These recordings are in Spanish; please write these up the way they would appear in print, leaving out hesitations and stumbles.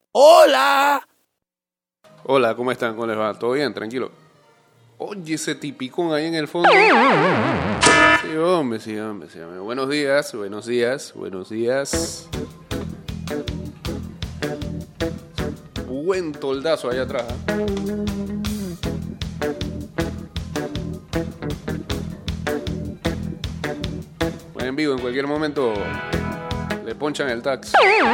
¡Hola! Hola, ¿cómo están? ¿Cómo les va? ¿Todo bien? Tranquilo. Oye, ese tipicón ahí en el fondo. Sí, hombre, sí, hombre, sí, hombre. Buenos días, buenos días, buenos días. Buen toldazo allá atrás, ¿eh? En vivo, en cualquier momento le ponchan el tax.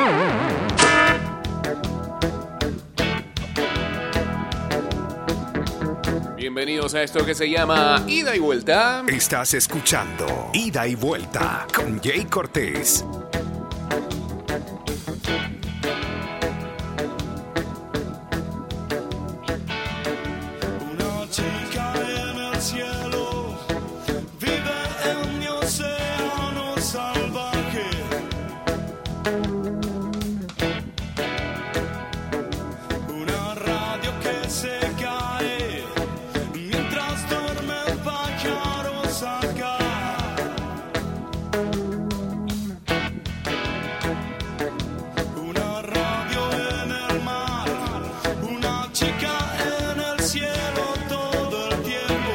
Bienvenidos a esto que se llama Ida y Vuelta. Estás escuchando Ida y Vuelta con Jay Cortés. Una chica en el cielo vive en mi océano salvaje. Una radio que se cae mientras duermen pájaros acá. Una radio en el mar, una chica en el cielo todo el tiempo.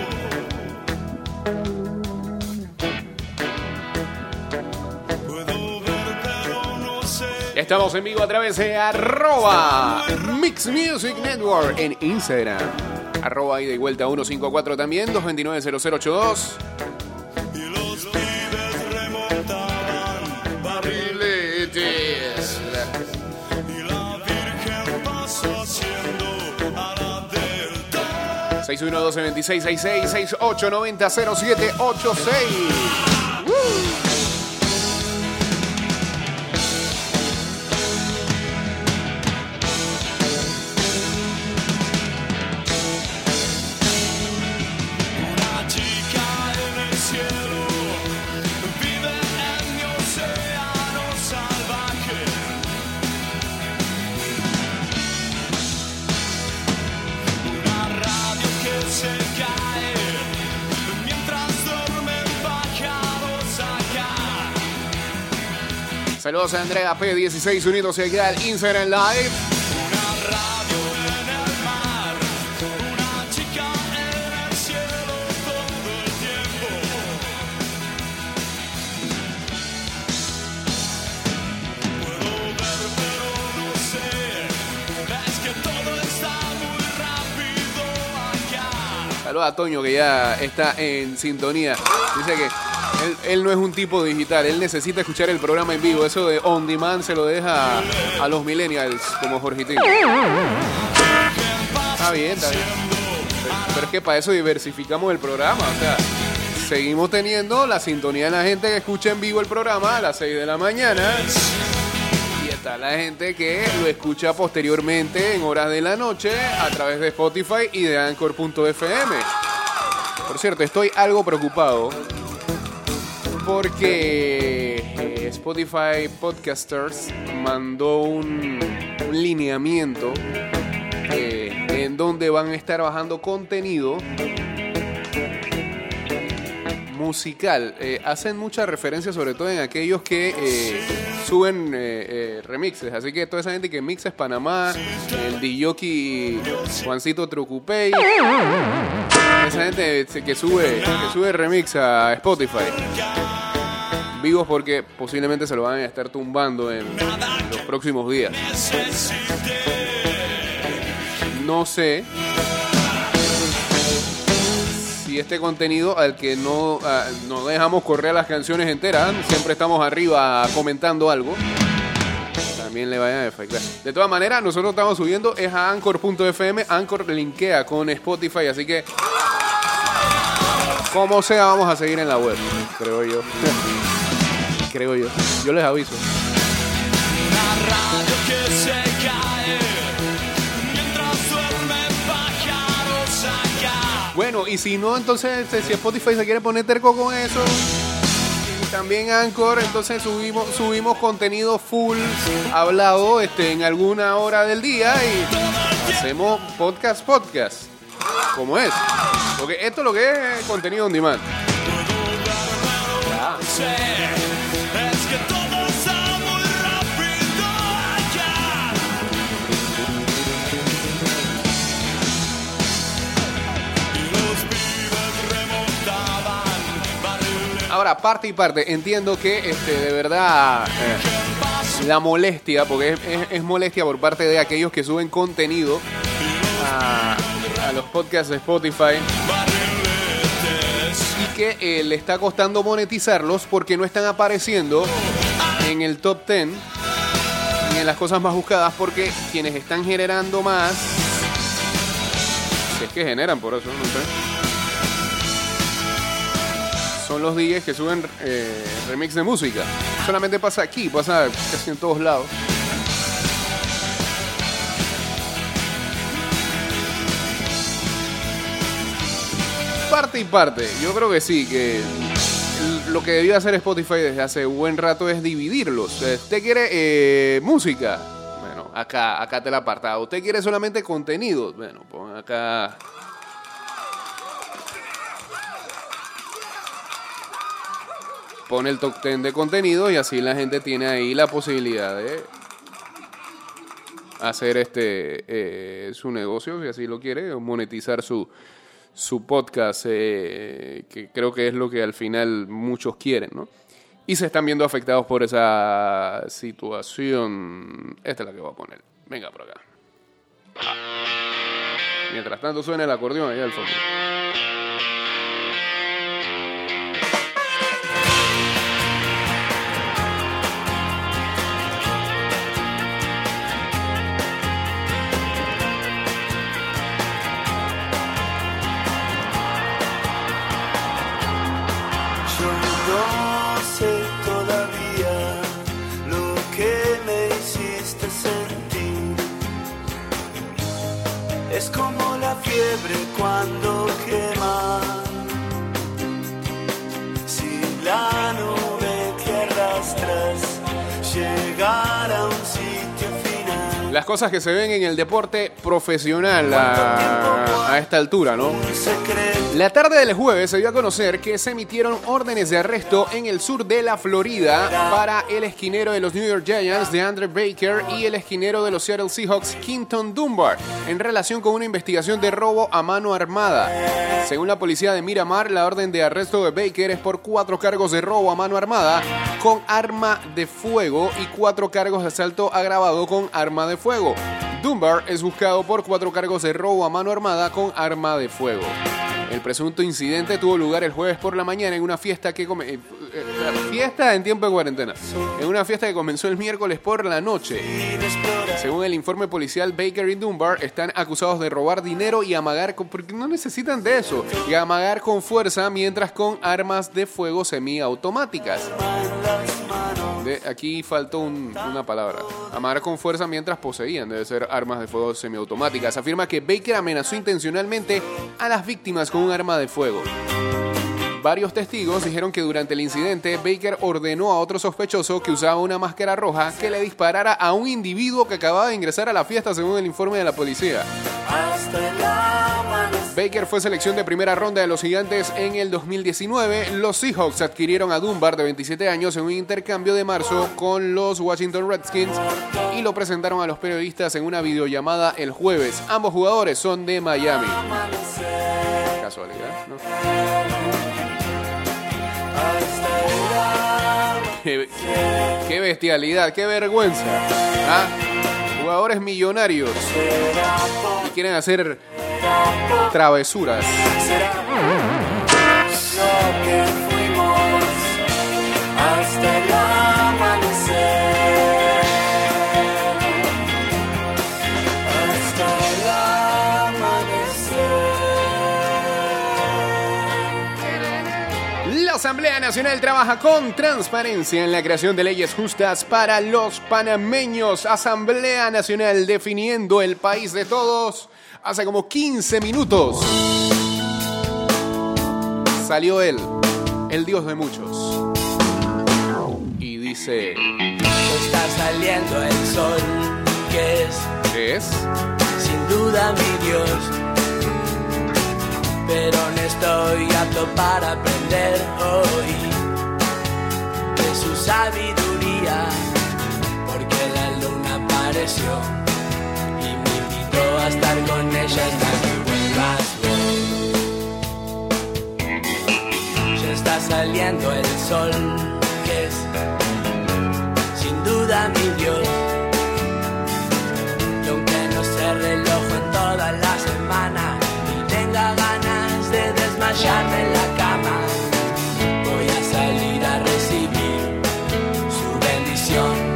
Puedo ver pero no sé. Estamos en vivo a través de @Mix Music Network en Instagram. @Ida y Vuelta 154 también, 229-0082. Y los pibes remontaban barriletes. Y la Virgen pasó haciendo a la delta. 612-2666, 6890-0786. Una chica en el cielo vive en mi océano salvaje. Una radio que se cae mientras duermen pájaros acá. Saludos a Andrea P16 unidos aquí al Instagram Live. Una radio en el mar, una chica en el cielo todo el tiempo. Puedo ver pero no sé, es que todo está muy rápido acá. Saludos a Toño que ya está en sintonía. Dice que él no es un tipo digital, él necesita escuchar el programa en vivo. Eso de on demand se lo deja a los millennials como Jorgitín. Está bien, está bien. Pero es que para eso diversificamos el programa. O sea, seguimos teniendo la sintonía de la gente que escucha en vivo el programa a las 6 de la mañana. Y está la gente que lo escucha posteriormente en horas de la noche a través de Spotify y de Anchor.fm. Por cierto, estoy algo preocupado porque Spotify Podcasters mandó un lineamiento en donde van a estar bajando contenido musical. Hacen mucha referencia sobre todo en aquellos que suben remixes. Así que toda esa gente que mixa es Panamá, el DJ Juancito Trucupey, esa gente que sube remix a Spotify. Vivos porque posiblemente se lo van a estar tumbando en los próximos días. No sé si este contenido al que no dejamos correr las canciones enteras, siempre estamos arriba comentando algo, también le vaya a afectar. De todas maneras, nosotros estamos subiendo es a Anchor.fm. Anchor linkea con Spotify, así que como sea vamos a seguir en la web, creo yo. Creo yo. Yo les aviso. Una radio que se cae mientras duermen pájaros acá. Bueno, y si no, entonces si Spotify se quiere poner terco con eso, y también Anchor, entonces subimos contenido full hablado en alguna hora del día y hacemos podcast, como es. Porque esto es lo que es contenido on demand. Ya. Es que todo está muy rápido acá. Ahora, parte y parte, entiendo que de verdad la molestia, porque es molestia por parte de aquellos que suben contenido a los podcasts de Spotify y que le está costando monetizarlos porque no están apareciendo en el top 10 y en las cosas más buscadas, porque quienes están generando más, si es que generan, por eso no sé, son los DJs que suben remix de música. Solamente pasa aquí, pasa casi en todos lados. Parte y parte. Yo creo que sí, que lo que debió hacer Spotify desde hace buen rato es dividirlos. ¿Usted quiere música? Bueno, acá te la aparta. ¿Usted quiere solamente contenido? Bueno, pon acá. Pone el top 10 de contenido y así la gente tiene ahí la posibilidad de hacer su negocio, si así lo quiere, o monetizar su podcast, que creo que es lo que al final muchos quieren, ¿no? Y se están viendo afectados por esa situación. Esta es la que voy a poner. Venga por acá. Mientras tanto suena el acordeón allá al fondo. Es como la fiebre cuando quema. Si la nube que arrastras llegar a un sitio final. Las cosas que se ven en el deporte profesional a esta altura, ¿no? La tarde del jueves se dio a conocer que se emitieron órdenes de arresto en el sur de la Florida para el esquinero de los New York Giants, DeAndre Baker, y el esquinero de los Seattle Seahawks, Quinton Dunbar, en relación con una investigación de robo a mano armada. Según la policía de Miramar, la orden de arresto de Baker es por 4 cargos de robo a mano armada con arma de fuego y 4 cargos de asalto agravado con arma de fuego. Dunbar es buscado por 4 cargos de robo a mano armada con arma de fuego. El presunto incidente tuvo lugar el jueves por la mañana en una fiesta fiesta en tiempo de cuarentena. En una fiesta que comenzó el miércoles por la noche. Según el informe policial, Baker y Dunbar están acusados de robar dinero y amagar porque no necesitan de eso, y amagar con fuerza mientras con armas de fuego semiautomáticas. Aquí faltó una palabra. Amagar con fuerza mientras poseían, debe ser armas de fuego semiautomáticas. Afirma que Baker amenazó intencionalmente a las víctimas con un arma de fuego. Varios testigos dijeron que durante el incidente Baker ordenó a otro sospechoso que usaba una máscara roja que le disparara a un individuo que acababa de ingresar a la fiesta, según el informe de la policía. Baker fue selección de primera ronda de los Gigantes en el 2019. Los Seahawks adquirieron a Dunbar, de 27 años, en un intercambio de marzo con los Washington Redskins y lo presentaron a los periodistas en una videollamada el jueves. Ambos jugadores son de Miami. Casualidad, ¿no? Qué bestialidad, qué vergüenza. ¿Ah? Jugadores millonarios y quieren hacer travesuras. Hasta el amanecer. La Asamblea Nacional trabaja con transparencia en la creación de leyes justas para los panameños. Asamblea Nacional definiendo el país de todos. Hace como 15 minutos salió él, el Dios de muchos, y dice: está saliendo el sol, ¿qué es? Sin duda mi Dios. Pero no estoy apto para aprender hoy de su sabiduría, porque la luna apareció y me invitó a estar con ella hasta que vuelvas vos. Ya está saliendo el sol, que es sin duda mi Dios. Y aunque no sé reloj en toda la semana y tenga ganas de desmayarme en la cama, voy a salir a recibir su bendición.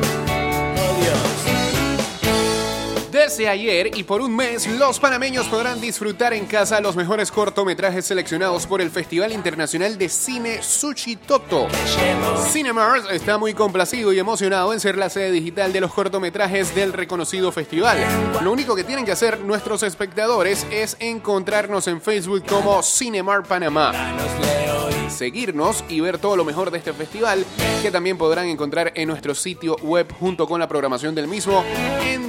Desde ayer y por un mes, los panameños podrán disfrutar en casa los mejores cortometrajes seleccionados por el Festival Internacional de Cine Suchitoto. Cinemark está muy complacido y emocionado en ser la sede digital de los cortometrajes del reconocido festival. Lo único que tienen que hacer nuestros espectadores es encontrarnos en Facebook como Cinemark Panamá, seguirnos y ver todo lo mejor de este festival, que también podrán encontrar en nuestro sitio web junto con la programación del mismo en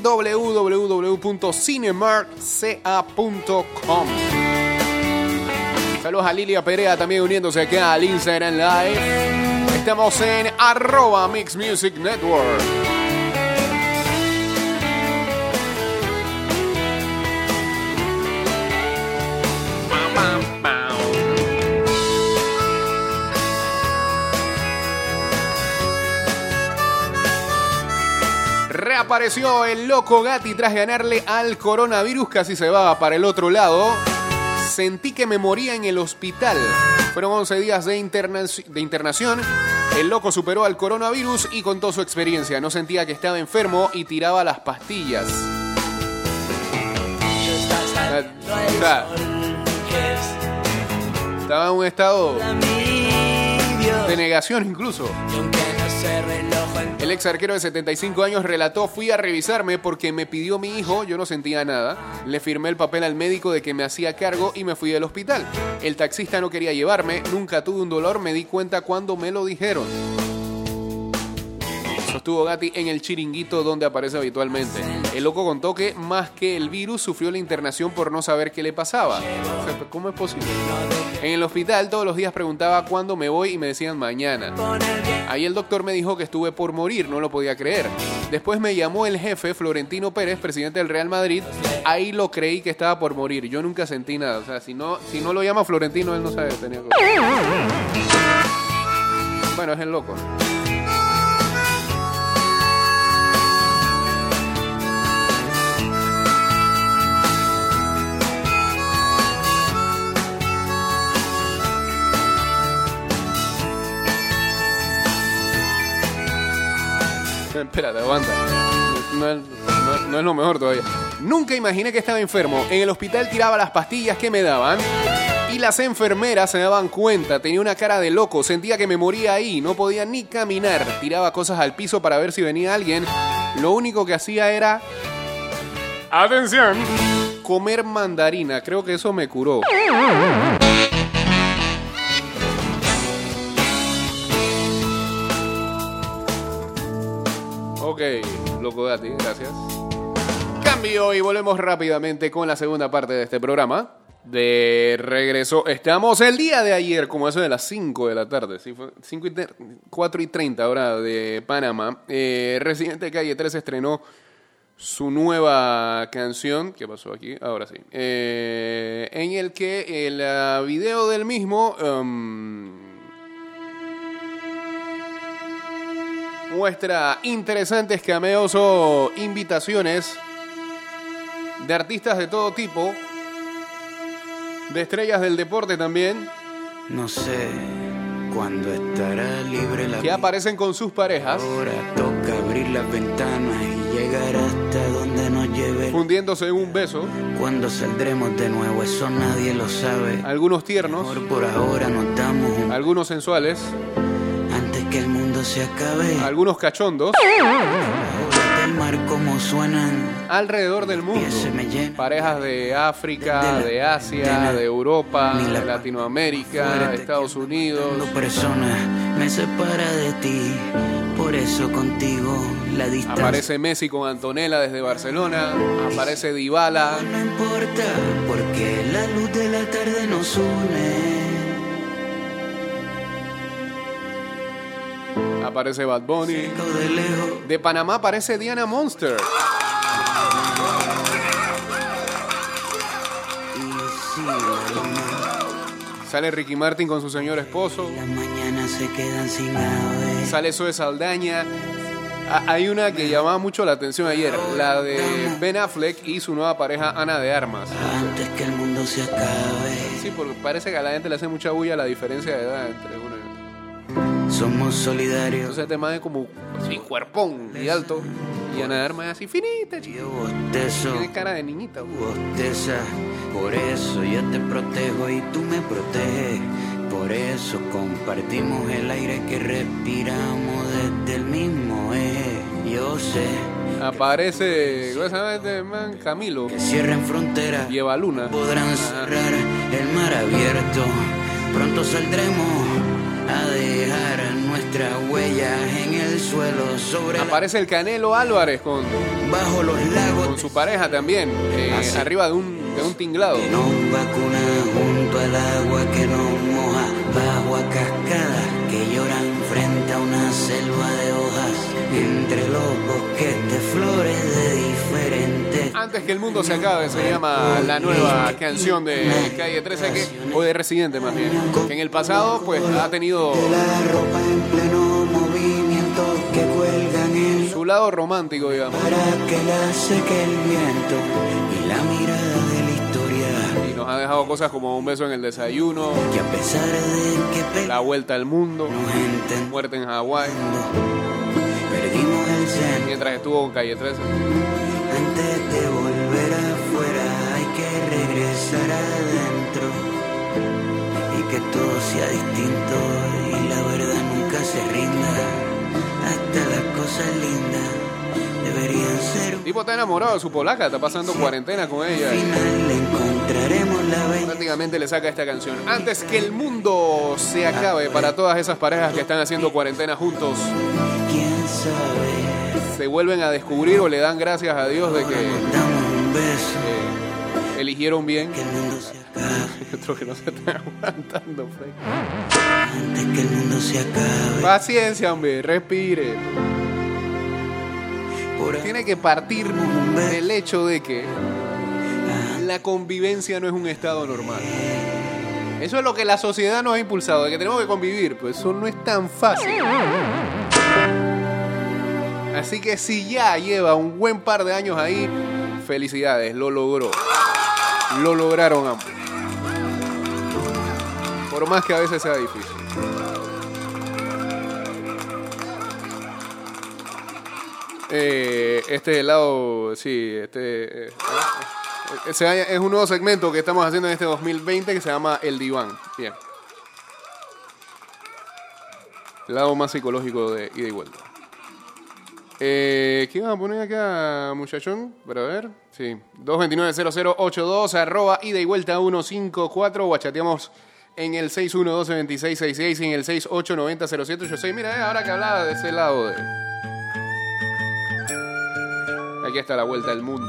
www.cinemarkca.com. Saludos a Lilia Perea también uniéndose acá al Instagram Live. Estamos en @MixMusicNetwork. Reapareció el loco Gatti tras ganarle al coronavirus, casi se va para el otro lado. Sentí que me moría en el hospital. Fueron 11 días de internación. El loco superó al coronavirus y contó su experiencia. No sentía que estaba enfermo y tiraba las pastillas. Estaba en un estado de negación incluso. El ex arquero de 75 años relató: fui a revisarme porque me pidió mi hijo, yo no sentía nada, le firmé el papel al médico de que me hacía cargo y me fui del hospital. El taxista no quería llevarme, nunca tuve un dolor, me di cuenta cuando me lo dijeron. Sostuvo Gatti en el Chiringuito, donde aparece habitualmente. El loco contó que más que el virus sufrió la internación por no saber qué le pasaba. O sea, ¿cómo es posible? En el hospital todos los días preguntaba cuándo me voy y me decían mañana. Ahí el doctor me dijo que estuve por morir, no lo podía creer. Después me llamó el jefe, Florentino Pérez, presidente del Real Madrid. Ahí lo creí que estaba por morir. Yo nunca sentí nada. O sea, si no lo llama Florentino, él no sabe que tenía cosas. Bueno, es el loco. Espérate, aguanta. No es lo mejor todavía. Nunca imaginé que estaba enfermo. En el hospital tiraba las pastillas que me daban y las enfermeras se daban cuenta. Tenía una cara de loco. Sentía que me moría ahí. No podía ni caminar. Tiraba cosas al piso para ver si venía alguien. Lo único que hacía era... ¡atención! Comer mandarina. Creo que eso me curó. Ok, loco Gatti, gracias. Cambio y volvemos rápidamente con la segunda parte de este programa. De regreso, estamos el día de ayer, como eso de las 5 de la tarde, ¿sí? 4:30 hora de Panamá. Residente Calle 3 estrenó su nueva canción. ¿Qué pasó aquí? Ahora sí. En el que el video del mismo... muestra interesantes cameos o invitaciones de artistas de todo tipo, de estrellas del deporte también. No sé cuándo estará libre la que aparecen con sus parejas. Ahora toca abrir las ventanas y llegar hasta donde nos lleve. Fundiéndose en un beso. Cuando saldremos de nuevo, eso nadie lo sabe. Algunos tiernos. Mejor por ahora nos damos un... Algunos sensuales. Antes que el mundo se acabe. Algunos cachondos. Del mar como suenan alrededor del mundo. Parejas de África, de Asia, de Europa, de Latinoamérica, de Estados Unidos. Personas me separa de ti. Por eso contigo la distancia. Aparece Messi con Antonella desde Barcelona. Aparece Dybala. No importa, porque la luz de la tarde nos une. Aparece Bad Bunny. De Panamá aparece Diana Monster. Sale Ricky Martin con su señor esposo. Las mañanas se quedan sin ave. Sale Zoe Saldaña. Hay una que llamaba mucho la atención ayer, la de Ben Affleck y su nueva pareja Ana de Armas. Antes que el mundo se acabe. Sí, porque parece que a la gente le hace mucha bulla la diferencia de edad entre uno y otro. Somos solidarios. Entonces este man es como así, cuerpón y alto. Y Ana de Armas es así finita, chico. Yo bostezo. Tiene cara de niñita. Tú bostezas. Por eso yo te protejo y tú me proteges. Por eso compartimos el aire que respiramos desde el mismo eje. Yo sé Aparece, ¿cómo se llama este man? Camilo. que cierren fronteras. Lleva luna. Podrán cerrar el mar abierto. Pronto saldremos a dejar nuestras huellas en el suelo sobre Aparece el Canelo Álvarez bajo los lagos con su pareja también, arriba de un tinglado. que nos vacuna junto al agua que nos moja, bajo a cascadas que lloran frente a una selva de hojas, entre los bosques de flores de diferentes. Antes que el mundo se acabe se llama la nueva canción de Calle 13 o de Residente más bien, que en el pasado pues ha tenido De la ropa en pleno movimiento que cuelgan en su lado romántico, digamos, para que la seque el viento y la mirada de la historia. y nos ha dejado cosas como Un beso en el desayuno, Que a pesar de que La vuelta al mundo, nos entendemos, Muerte en Hawái, perdimos el zen. mientras estuvo con Calle 13. Antes de volver afuera hay que regresar adentro y que todo sea distinto y la verdad nunca se rinda. Hasta las cosas lindas deberían ser. El tipo está enamorado de su polaca, está pasando cuarentena con Al ella. final encontraremos la belleza. Prácticamente le saca esta canción. Antes que el mundo se acabe, para todas esas parejas que están haciendo cuarentena juntos, ¿Quién sabe? se vuelven a descubrir o le dan gracias a Dios de que Damos un beso. eligieron bien. Que el mundo se acabe. Otro que no se está aguantando, Frey. Antes que el mundo se acabe. Paciencia, hombre, respire. Por Tiene que partir del hecho de que la convivencia no es un estado normal. Eso es lo que la sociedad nos ha impulsado, de que tenemos que convivir. Pues eso no es tan fácil. Así que si ya lleva un buen par de años ahí, felicidades, lo logró. Lo lograron ambos. Por más que a veces sea difícil. Este lado, sí, es un nuevo segmento que estamos haciendo en este 2020 que se llama El Diván. Bien. El lado más psicológico de ida y vuelta. ¿Qué van a poner acá, muchachón? Para ver. Sí. 229-0082, @ ida y vuelta 154. O chateamos en el 612-2666 y en el 6890-0786. Mira, ahora que hablaba de ese lado de... Aquí está la vuelta al mundo.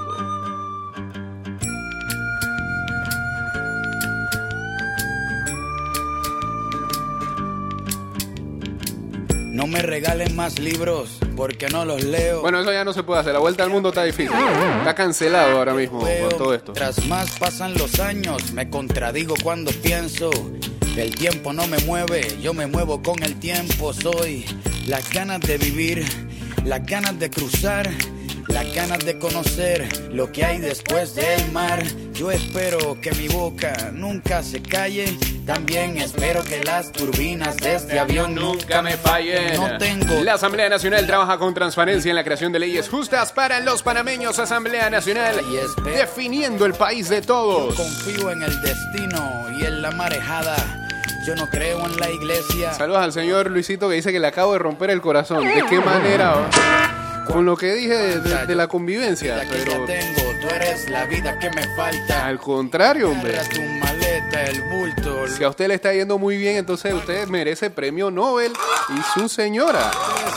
No me regalen más libros porque no los leo. Bueno, eso ya no se puede hacer. La vuelta al mundo está difícil. Está cancelado ahora mismo con todo esto. Tras más pasan los años, me contradigo cuando pienso. El tiempo no me mueve, yo me muevo con el tiempo. Soy las ganas de vivir, las ganas de cruzar, las ganas de conocer lo que hay después del mar. Yo espero que mi boca nunca se calle. También espero que las turbinas de este avión nunca me fallen. No tengo. La Asamblea Nacional trabaja con transparencia en la creación de leyes justas para los panameños. Asamblea Nacional definiendo el país de todos. Confío en el destino y en la marejada. Yo no creo en la iglesia. Saludos al señor Luisito que dice que le acabo de romper el corazón. ¿De qué manera? Con lo que dije de la convivencia. La que Pero ya tengo, tú eres la vida que me falta. al contrario, hombre. Agarra tu maleta, el bulto. Si a usted le está yendo muy bien, entonces usted merece premio Nobel y su señora.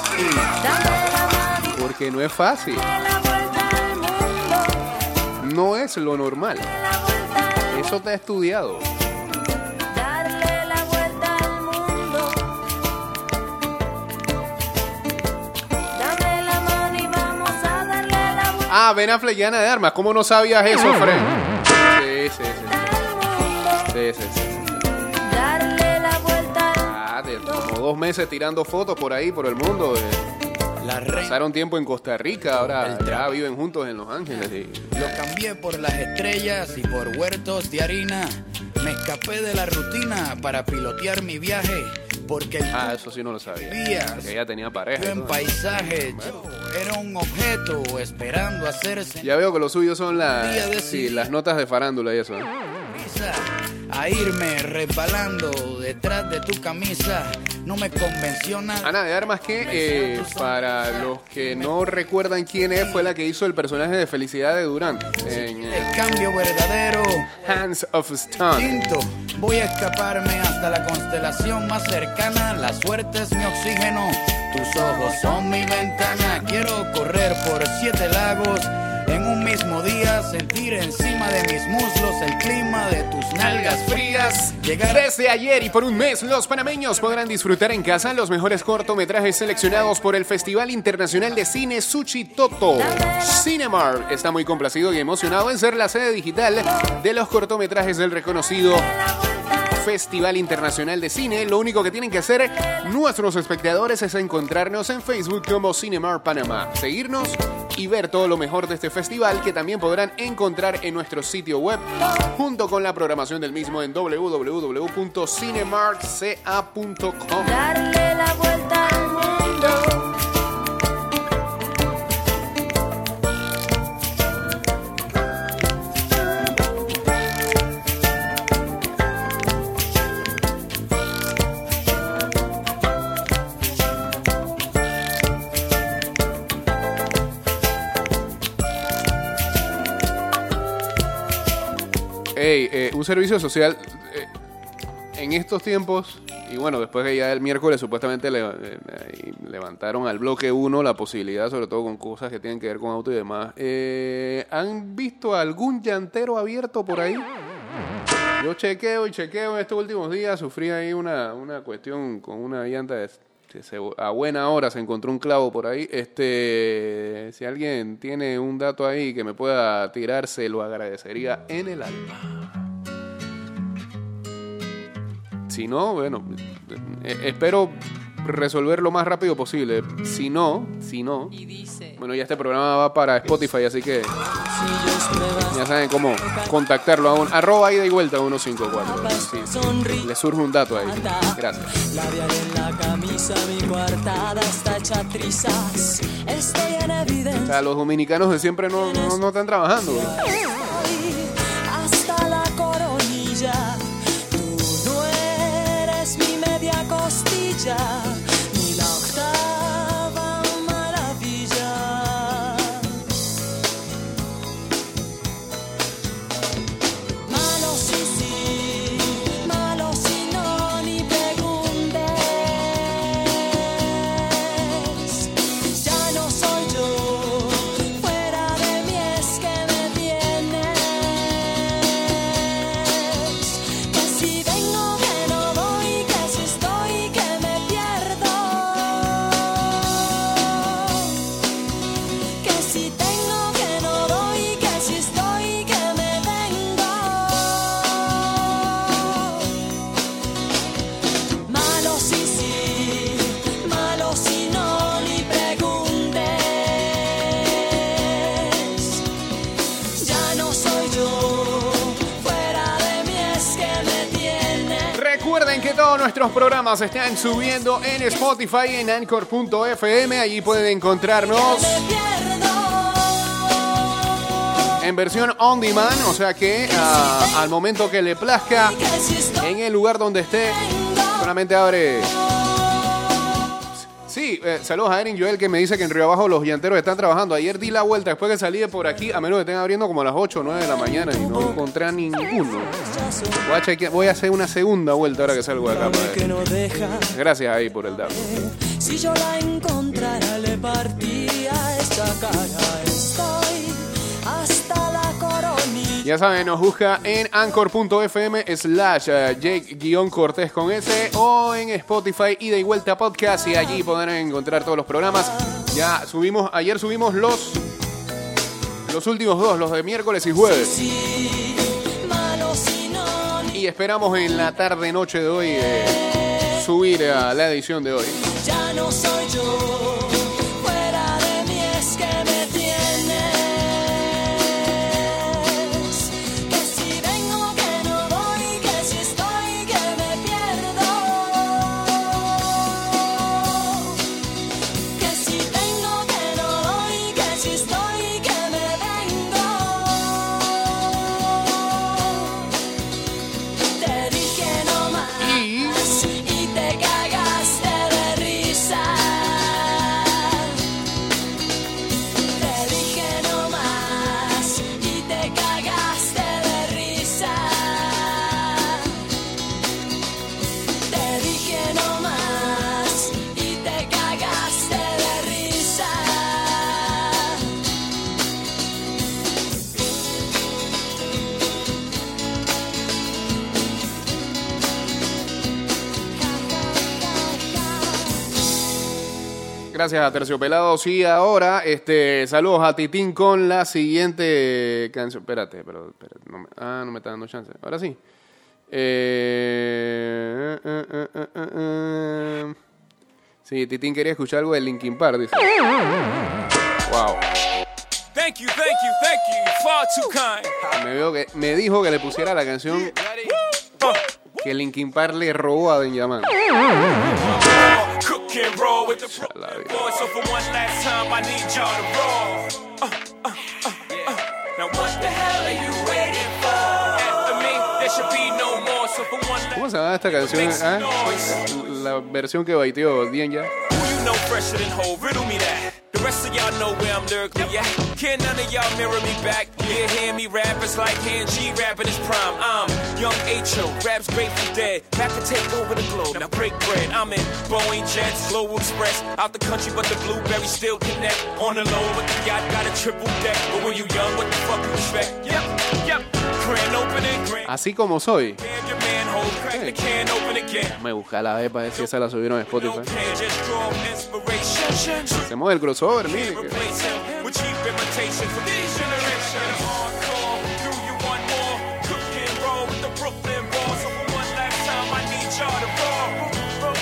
Porque no es fácil. No es lo normal. Eso está estudiado. Ah, Ben Affleck y Ana de Armas. ¿Cómo no sabías eso, Fred? Sí. como 2 meses tirando fotos por ahí, por el mundo. La reina. Pasaron tiempo en Costa Rica, ahora El ya trapo. viven juntos en Los Ángeles. Lo cambié por las estrellas y por huertos de harina. Me escapé de la rutina para pilotear mi viaje. Porque el Eso sí no lo sabía. Días. Porque ella tenía pareja. yo y en todo. paisaje, yo era un objeto esperando hacerse Ya veo que lo suyo son Día las, de sí, sí. las notas de farándula y eso. prisa a irme resbalando detrás de tu camisa. No me convenció nada. Ana de Armas, que para los que no recuerdan quién es, fue la que hizo el personaje de Felicidad de Durán en El cambio verdadero. Hands of Stone. Tinto, voy a escaparme hasta la constelación más cercana. La suerte es mi oxígeno, tus ojos son mi ventana. Quiero correr por 7 lagos en un mismo día, sentir encima de mis muslos el clima de tus nalgas frías. Llegar Desde ayer y por un mes, los panameños podrán disfrutar en casa los mejores cortometrajes seleccionados por el Festival Internacional de Cine Suchitoto. Cinemark está muy complacido y emocionado en ser la sede digital de los cortometrajes del reconocido Festival Internacional de Cine. Lo único que tienen que hacer nuestros espectadores es encontrarnos en Facebook como Cinemark Panamá, seguirnos y ver todo lo mejor de este festival, que también podrán encontrar en nuestro sitio web junto con la programación del mismo en www.cinemarkca.com. Darle la vuelta al mundo. Un servicio social en estos tiempos, y bueno, después que ya el miércoles supuestamente levantaron al bloque 1 la posibilidad, sobre todo con cosas que tienen que ver con auto y demás. ¿Han visto algún llantero abierto por ahí? Yo chequeo en estos últimos días, sufrí ahí una cuestión con una llanta a buena hora se encontró un clavo por ahí. Si alguien tiene un dato ahí que me pueda tirar, se lo agradecería en el alma. Si no, bueno, espero resolver lo más rápido posible. Si no, bueno, ya este programa va para Spotify, así que ya saben cómo contactarlo aún. @ida y vuelta 154. Si le surge un dato ahí. Gracias. Labial en la camisa, mi coartada está hecha trizas. Estoy en O evidencia. sea, los dominicanos de siempre no están trabajando, bro. Hasta la coronilla. Tú no eres mi media costilla, ni la octava maravilla. Malo sí, malo si no, ni preguntes. Ya no soy yo, fuera de mí es que me tienes. Que si vengo, que no voy, que si estoy, que me pierdo. Que si tengo, que no doy, que si estoy, que me vengo. Malo sí, malo si no, ni preguntes. Ya no soy yo, fuera de mí es que me tienes. Recuerden que todos nuestros programas están subiendo en Spotify, en Anchor.fm. Allí pueden encontrarnos Me pierdo. en versión on demand, o sea que al momento que le plazca, Que si estoy, en el lugar donde esté, solamente abre. Sí, saludos a Erin Joel, que me dice que en Río Abajo los llanteros están trabajando. Ayer di la vuelta después que salí de por aquí, a menos que estén abriendo como a las 8 o 9 de la mañana y no encontré a ninguno. Voy a hacer una segunda vuelta ahora que salgo de acá. que no deja. Gracias ahí por el dato. Si yo la encontrara, le partía esta cara. Estoy hasta la coronilla. Ya saben, nos busca en anchor.fm/Jake-Cortés con S o en Spotify Ida y Vuelta Podcast, y allí podrán encontrar todos los programas. Ayer subimos los últimos dos, los de miércoles y jueves. Sí, malo si no, Y esperamos en la tarde noche de hoy subir a la edición de hoy. Ya no soy yo, fuera de mí es que me tienes. Que si vengo, que no voy, que si estoy, que me pierdo. Que si vengo, que no voy, que si estoy, que me vengo. Te dije no más y te cagaste de risa. Te dije no más y te cagaste de risa. Te dije no más y te cagaste de risa. Gracias a Terciopelados. Y ahora, saludos a Titín con la siguiente canción. Espérate, no me está dando chance. Ahora sí. Sí, Titín quería escuchar algo de Linkin Park, dice. Wow. Thank you, far too kind. Me dijo que le pusiera la canción que Linkin Park le robó a Benjamin. Cook and roll with the La vida. boys, so for one last time I need y'all to roll. Now what the hell are you waiting for? After me, there should be no more, so for one last ¿Cómo se llama esta canción? ¿Ah? La versión que baiteó Dienja. Who you know fresher than whole? Riddle me that. The rest of y'all know where I'm lyrically at. Can none of y'all mirror me back? Yeah, hear me rap, it's like Han G rapping his prime. I'm Young H.O., raps Grateful Dead. Back to take over the globe, now break bread. I'm in Boeing Jets, Global Express. Out the country, but the blueberry still connect. On the low, but the yacht got a triple deck. But when you young, what the fuck you expect? Yep. Grand opening, grand. Así como soy. Damn your manhole, crack the can open again. Me busca la vez para ver si esa la subieron a No Spotify. can just draw inspiration. Se mueve el crossover, mire. Replace him with cheap imitations from these generations. Hardcore, do you want more? Cook and roll with the Brooklyn Balls. So for one last time, I need y'all to roll.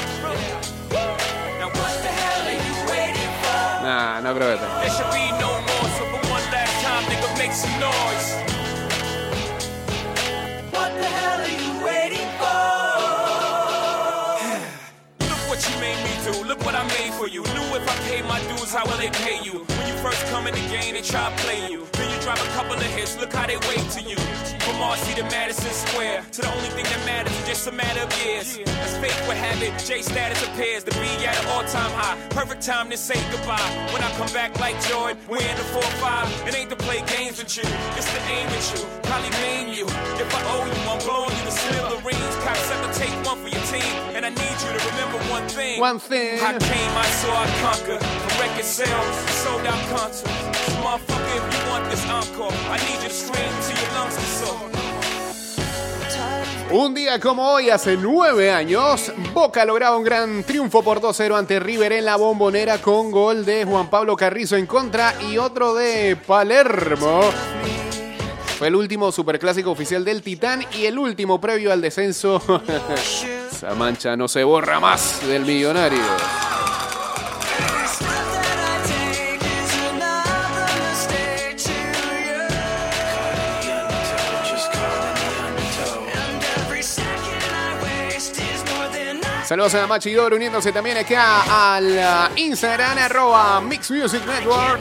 Now what the hell are you waiting for? Nah, no creo que esté. There should be no more. So for one last time, nigga, make some noise. What the hell are you waiting for? Look what you made me do. Look what I made for you. Knew if I paid my dues, how will they pay you? When you first come in the game, they try to play you. Then you drop a couple of hits. Look how they wait to you. From Marcy to Madison Square, to the only thing that matters is just a matter of years. As fate would have it, J status appears to be at an all-time high. Perfect time to say goodbye. When I come back like Jordan, we're in the 4-5. It ain't to play games with you, it's to aim at you. Probably maim you. If I owe you, I'm blowing you to smithereens. Cocksucker, take one for your team. And I need you to remember one thing. One thing. I came, I saw, I conquer. From record sales, sold out concerts. So motherfucker, if you want this encore, I need you to scream till your lungs can soar. Un día como hoy, hace 9 años, Boca lograba un gran triunfo por 2-0 ante River en la Bombonera con gol de Juan Pablo Carrizo en contra y otro de Palermo. Fue el último superclásico oficial del Titán y el último previo al descenso. Esa mancha no se borra más del Millonario. Saludos a Machidor uniéndose también acá al Instagram @MixMusicNetwork.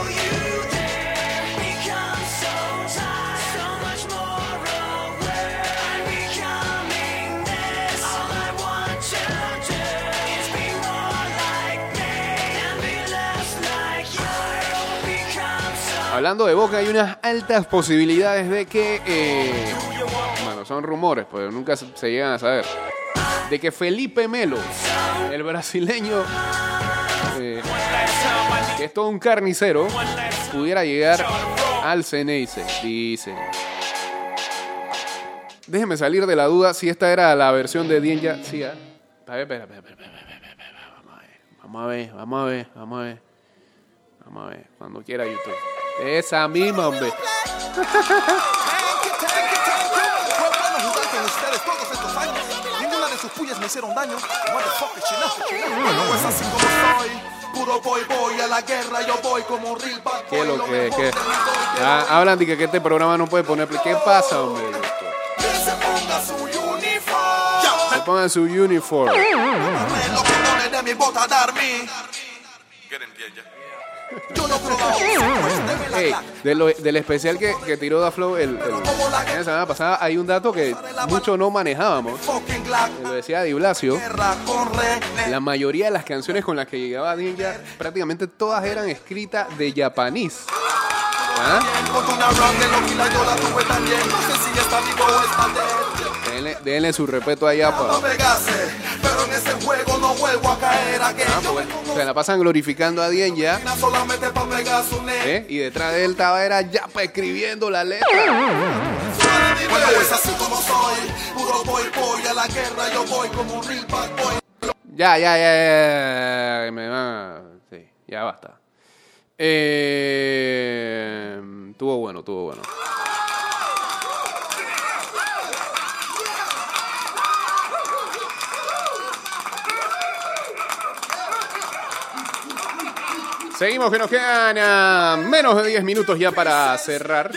Hablando de Boca, hay unas altas posibilidades de que, bueno, son rumores, pues nunca se llegan a saber, de que Felipe Melo, el brasileño, que es todo un carnicero, pudiera llegar al CNIC, dicen. Déjeme salir de la duda si esta era la versión de Dienja. Sí, ¿eh? Espera. Vamos a ver. Cuando quiera YouTube. Esa misma, hombre. Fue bueno jugar con ustedes todos estos años. Ninguna de sus puyas me hicieron daño. Motherfucker, chinazo. Bueno, es así como soy. Puro voy a la guerra, yo voy como un real bad boy. ¿Qué es lo que? Hablan de que este programa no puede poner. ¿Qué pasa, hombre? Que se ponga su uniform. Se pongan su uniform. Lo que pone de mi bota a darme. Yo no probaba. Hey, del especial que tiró Da Flow la semana pasada, hay un dato que muchos no manejábamos. Lo decía Di Blasio. La mayoría de las canciones con las que llegaba Ninja, prácticamente todas eran escritas de japonés. ¿Ah? Denle su respeto allá, pero en ese juego no vuelvo a caer pues, se la pasan glorificando a Dienja. Y detrás de él estaba Yapa escribiendo la letra. Bueno, es así como soy. Puro voy a la guerra, yo voy como un real bad boy. Ya. Sí, ya basta. Estuvo bueno. Seguimos, que nos quedan menos de 10 minutos ya para cerrar.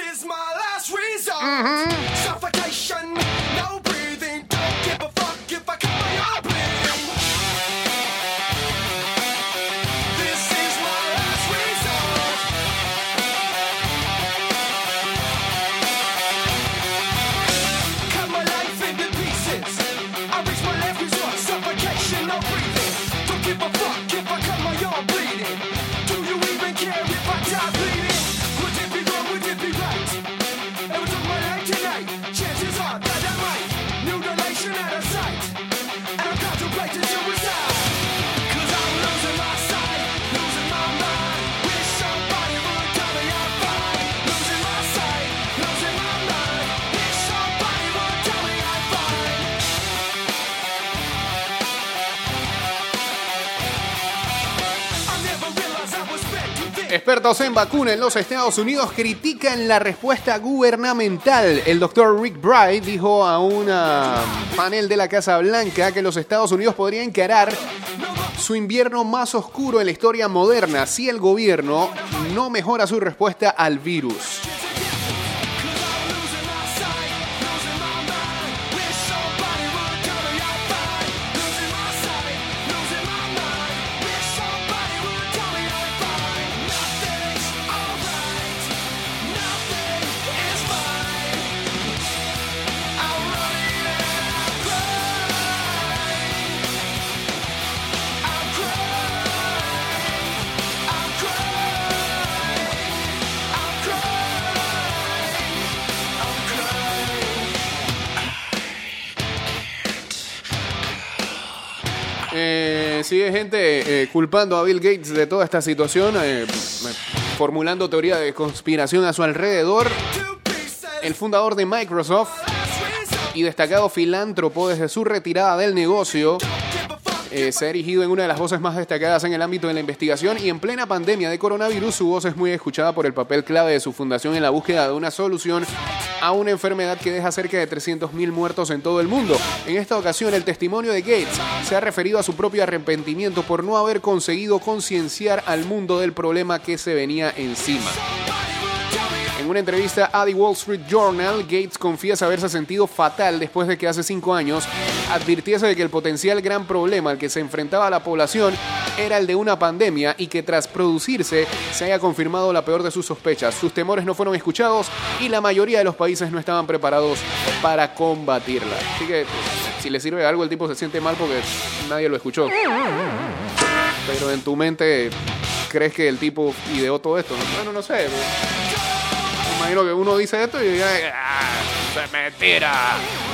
Expertos en vacuna en los Estados Unidos critican la respuesta gubernamental. El doctor Rick Bright dijo a un panel de la Casa Blanca que los Estados Unidos podrían encarar su invierno más oscuro en la historia moderna si el gobierno no mejora su respuesta al virus. Sigue gente culpando a Bill Gates de toda esta situación, formulando teoría de conspiración a su alrededor. El fundador de Microsoft y destacado filántropo desde su retirada del negocio, se ha erigido en una de las voces más destacadas en el ámbito de la investigación, y en plena pandemia de coronavirus su voz es muy escuchada por el papel clave de su fundación en la búsqueda de una solución a una enfermedad que deja cerca de 300.000 muertos en todo el mundo. En esta ocasión, el testimonio de Gates se ha referido a su propio arrepentimiento por no haber conseguido concienciar al mundo del problema que se venía encima. En una entrevista a The Wall Street Journal, Gates confiesa haberse sentido fatal después de que hace 5 años advirtiese de que el potencial gran problema al que se enfrentaba la población era el de una pandemia, y que tras producirse se haya confirmado la peor de sus sospechas. Sus temores no fueron escuchados y la mayoría de los países no estaban preparados para combatirla. Así que si le sirve de algo, el tipo se siente mal porque nadie lo escuchó. Pero en tu mente crees que el tipo ideó todo esto. Bueno, no sé. Imagino que uno dice esto y dice, se me tira.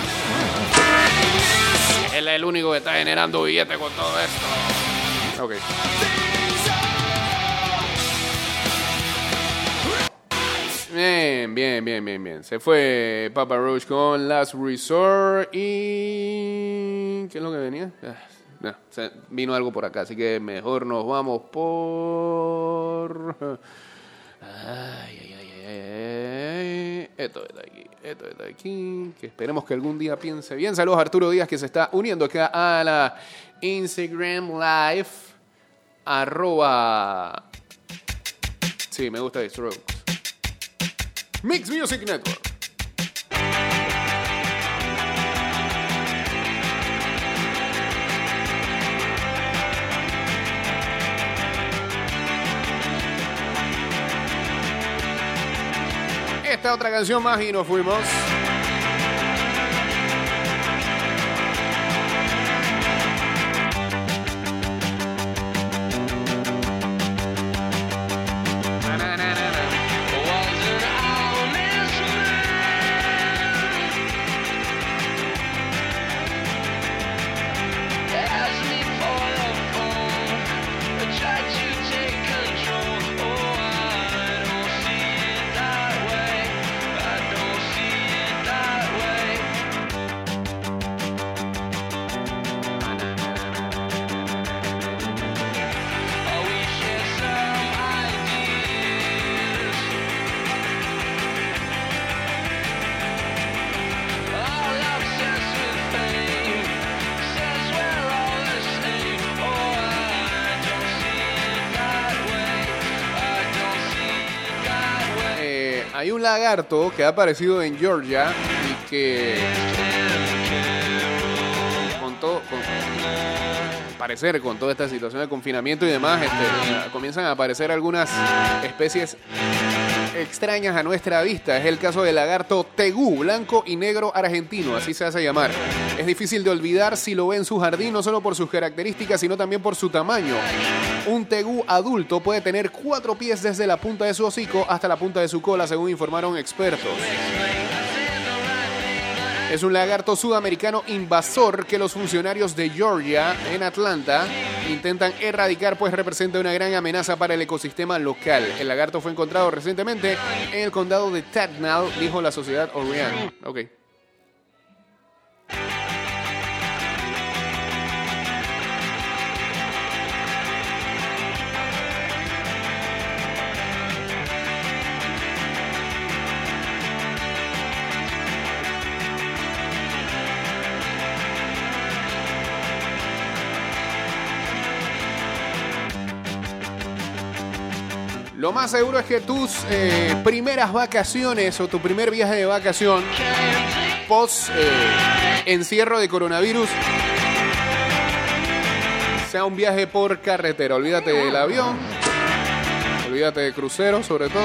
Él es el único que está generando billetes con todo esto. Ok. Bien. Se fue Papa Roach con Last Resort. ¿Y qué es lo que venía? No, vino algo por acá, así que mejor nos vamos por... Ay. Esto está aquí. Esto está aquí, que esperemos que algún día piense bien. Saludos a Arturo Díaz, que se está uniendo acá a la Instagram Live. @ Sí, me gusta The Strokes. Mix Music Network. Esta otra canción más y nos fuimos. Hay un lagarto que ha aparecido en Georgia y que al parecer con toda esta situación de confinamiento y demás, comienzan a aparecer algunas especies extrañas a nuestra vista. Es el caso del lagarto tegú, blanco y negro argentino, así se hace llamar. Es difícil de olvidar si lo ve en su jardín, no solo por sus características, sino también por su tamaño. Un tegú adulto puede tener 4 pies desde la punta de su hocico hasta la punta de su cola, según informaron expertos. Es un lagarto sudamericano invasor que los funcionarios de Georgia, en Atlanta, intentan erradicar, pues representa una gran amenaza para el ecosistema local. El lagarto fue encontrado recientemente en el condado de Tatnall, dijo la sociedad Orion. Ok. Lo más seguro es que tus primeras vacaciones o tu primer viaje de vacación post encierro de coronavirus sea un viaje por carretera. Olvídate del avión, olvídate de cruceros sobre todo.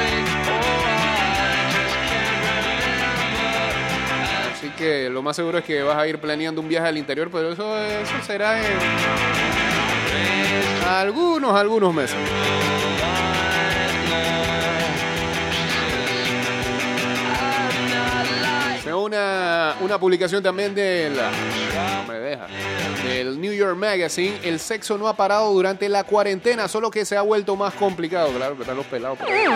Así que lo más seguro es que vas a ir planeando un viaje al interior, pero eso será en algunos meses. Una publicación también del New York Magazine. El sexo no ha parado durante la cuarentena, solo que se ha vuelto más complicado. Claro que están los pelados por ahí.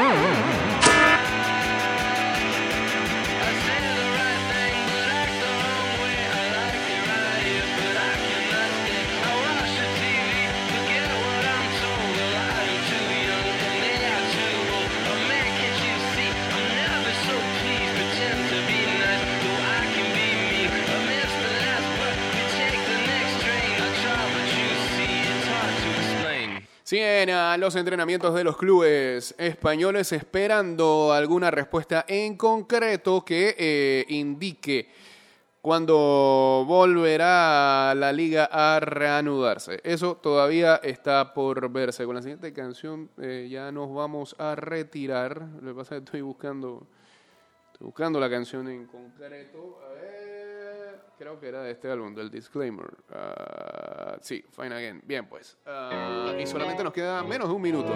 Siguen los entrenamientos de los clubes españoles esperando alguna respuesta en concreto que indique cuándo volverá la liga a reanudarse. Eso todavía está por verse. Con la siguiente canción ya nos vamos a retirar. Lo que pasa es que estoy buscando la canción en concreto. A ver. Creo que era de este álbum, del Disclaimer. Sí, Fine Again. Bien, pues. Y solamente nos queda menos de un minuto.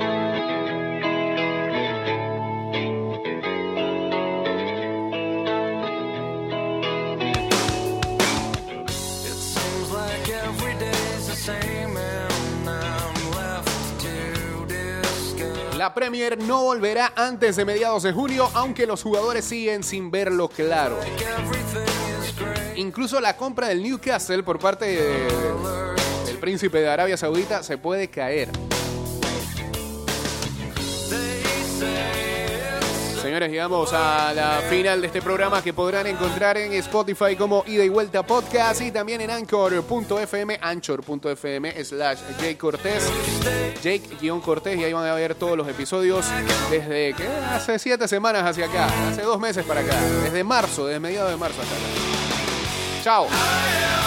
La Premier no volverá antes de mediados de junio, aunque los jugadores siguen sin verlo claro. Incluso la compra del Newcastle por parte del príncipe de Arabia Saudita se puede caer. Señoras señores, llegamos a la final de este programa que podrán encontrar en Spotify como Ida y Vuelta Podcast y también en anchor.fm, Jake Cortés, Jake-Cortés, y ahí van a ver todos los episodios desde hace 7 semanas hacia acá, hace 2 meses para acá, desde mediados de marzo hasta acá. Chao.